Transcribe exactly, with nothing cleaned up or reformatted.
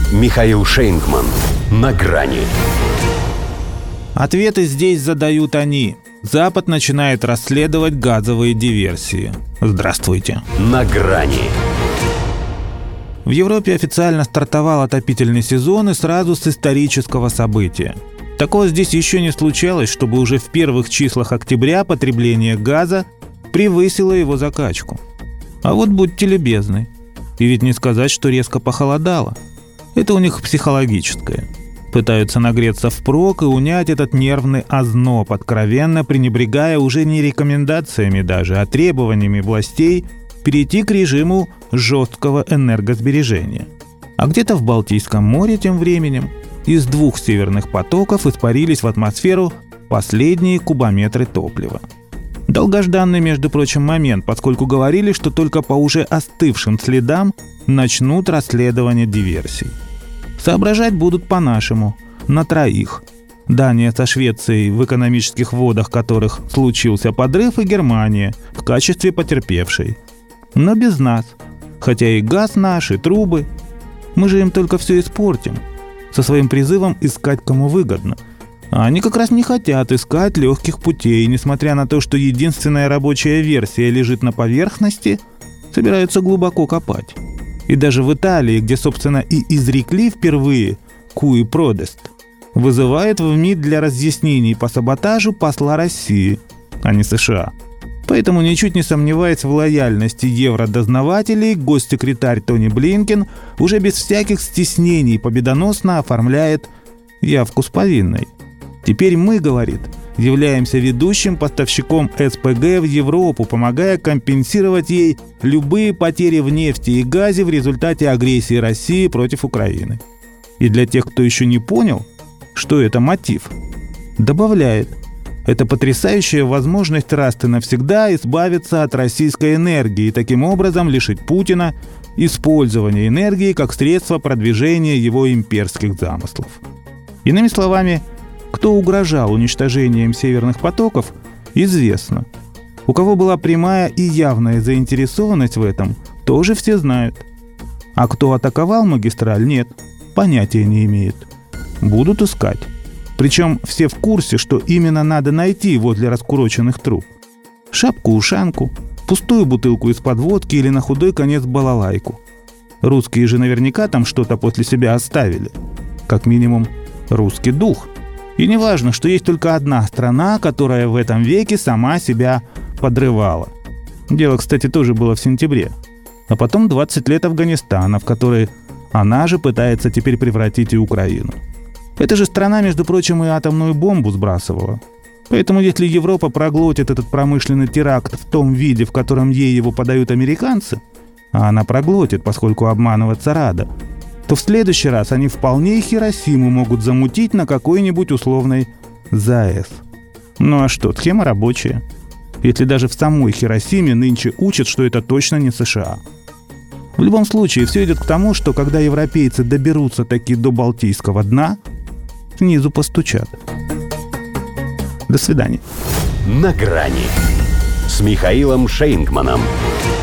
Михаил Шейнгман. На грани. Ответы здесь задают они. Запад начинает расследовать газовые диверсии. Здравствуйте. На грани. В Европе официально стартовал отопительный сезон и сразу с исторического события. Такого здесь еще не случалось, чтобы уже в первых числах октября потребление газа превысило его закачку. А вот будьте любезны. И ведь не сказать, что резко похолодало. Это у них психологическое. Пытаются нагреться впрок и унять этот нервный озноб, откровенно пренебрегая уже не рекомендациями даже, а требованиями властей перейти к режиму жесткого энергосбережения. А где-то в Балтийском море тем временем из двух северных потоков испарились в атмосферу последние кубометры топлива. Долгожданный, между прочим, момент, поскольку говорили, что только по уже остывшим следам начнут расследование диверсий. Соображать будут по-нашему, на троих. Дания со Швецией, в экономических водах которых случился подрыв, и Германия в качестве потерпевшей. Но без нас. Хотя и газ наш, и трубы. Мы же им только все испортим. Со своим призывом искать кому выгодно. А они как раз не хотят искать легких путей, несмотря на то, что единственная рабочая версия лежит на поверхности, собираются глубоко копать. И даже в Италии, где, собственно, и изрекли впервые «куи продест», вызывает в МИД для разъяснений по саботажу посла России, а не США. Поэтому, ничуть не сомневаясь в лояльности евродознавателей, госсекретарь Тони Блинкен уже без всяких стеснений победоносно оформляет явку с повинной. «Теперь мы, — говорит, — являемся ведущим поставщиком эс пэ гэ в Европу, помогая компенсировать ей любые потери в нефти и газе в результате агрессии России против Украины». И для тех, кто еще не понял, что это мотив, добавляет: это потрясающая возможность раз и навсегда избавиться от российской энергии и таким образом лишить Путина использования энергии как средства продвижения его имперских замыслов. Иными словами, кто угрожал уничтожением северных потоков, известно. У кого была прямая и явная заинтересованность в этом, тоже все знают. А кто атаковал магистраль, нет, понятия не имеет. Будут искать. Причем все в курсе, что именно надо найти возле раскуроченных труб. Шапку-ушанку, пустую бутылку из-под водки или на худой конец балалайку. Русские же наверняка там что-то после себя оставили. Как минимум, русский дух. И не важно, что есть только одна страна, которая в этом веке сама себя подрывала. Дело, кстати, тоже было в сентябре. А потом двадцать лет Афганистана, в который она же пытается теперь превратить и Украину. Эта же страна, между прочим, и атомную бомбу сбрасывала. Поэтому если Европа проглотит этот промышленный теракт в том виде, в котором ей его подают американцы, а она проглотит, поскольку обманываться рада, то в следующий раз они вполне и Хиросиму могут замутить на какой-нибудь условной ЗАЭС. Ну а что, схема рабочая. Если даже в самой Хиросиме нынче учат, что это точно не США. В любом случае, все идет к тому, что когда европейцы доберутся таки до Балтийского дна, снизу постучат. До свидания. На грани с Михаилом Шейнгманом.